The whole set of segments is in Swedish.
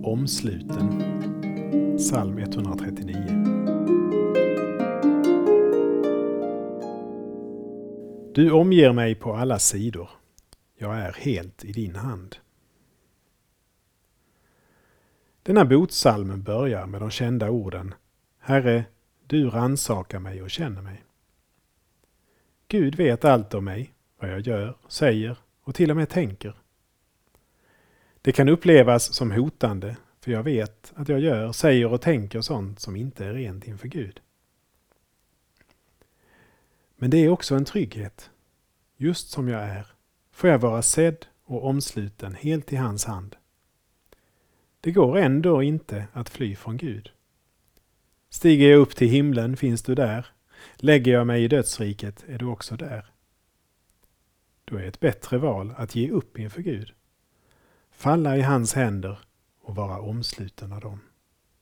omsluten. Psalm 139. Du omger mig på alla sidor. Jag är helt i din hand. Denna botsalmen börjar med de kända orden: Herre, du rannsakar mig och känner mig. Gud vet allt om mig, vad jag gör, säger och till och med tänker. Det kan upplevas som hotande, för jag vet att jag gör, säger och tänker sånt som inte är rent inför Gud. Men det är också en trygghet. Just som jag är får jag vara sedd och omsluten helt i hans hand. Det går ändå inte att fly från Gud. Stiger jag upp till himlen finns du där. Lägger jag mig i dödsriket är du också där. Då är ett bättre val att ge upp inför Gud. Falla i hans händer och vara omsluten av dem.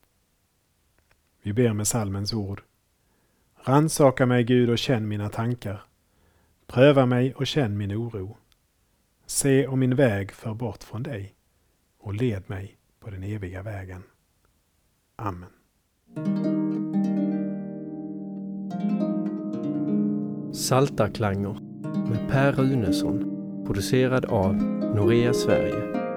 Vi ber med psalmens ord. Rannsaka mig Gud och känn mina tankar. Pröva mig och känn min oro. Se om min väg för bort från dig och led mig på den eviga vägen. Amen. Saltarklanger med Per Runesson, producerad av Norea Sverige.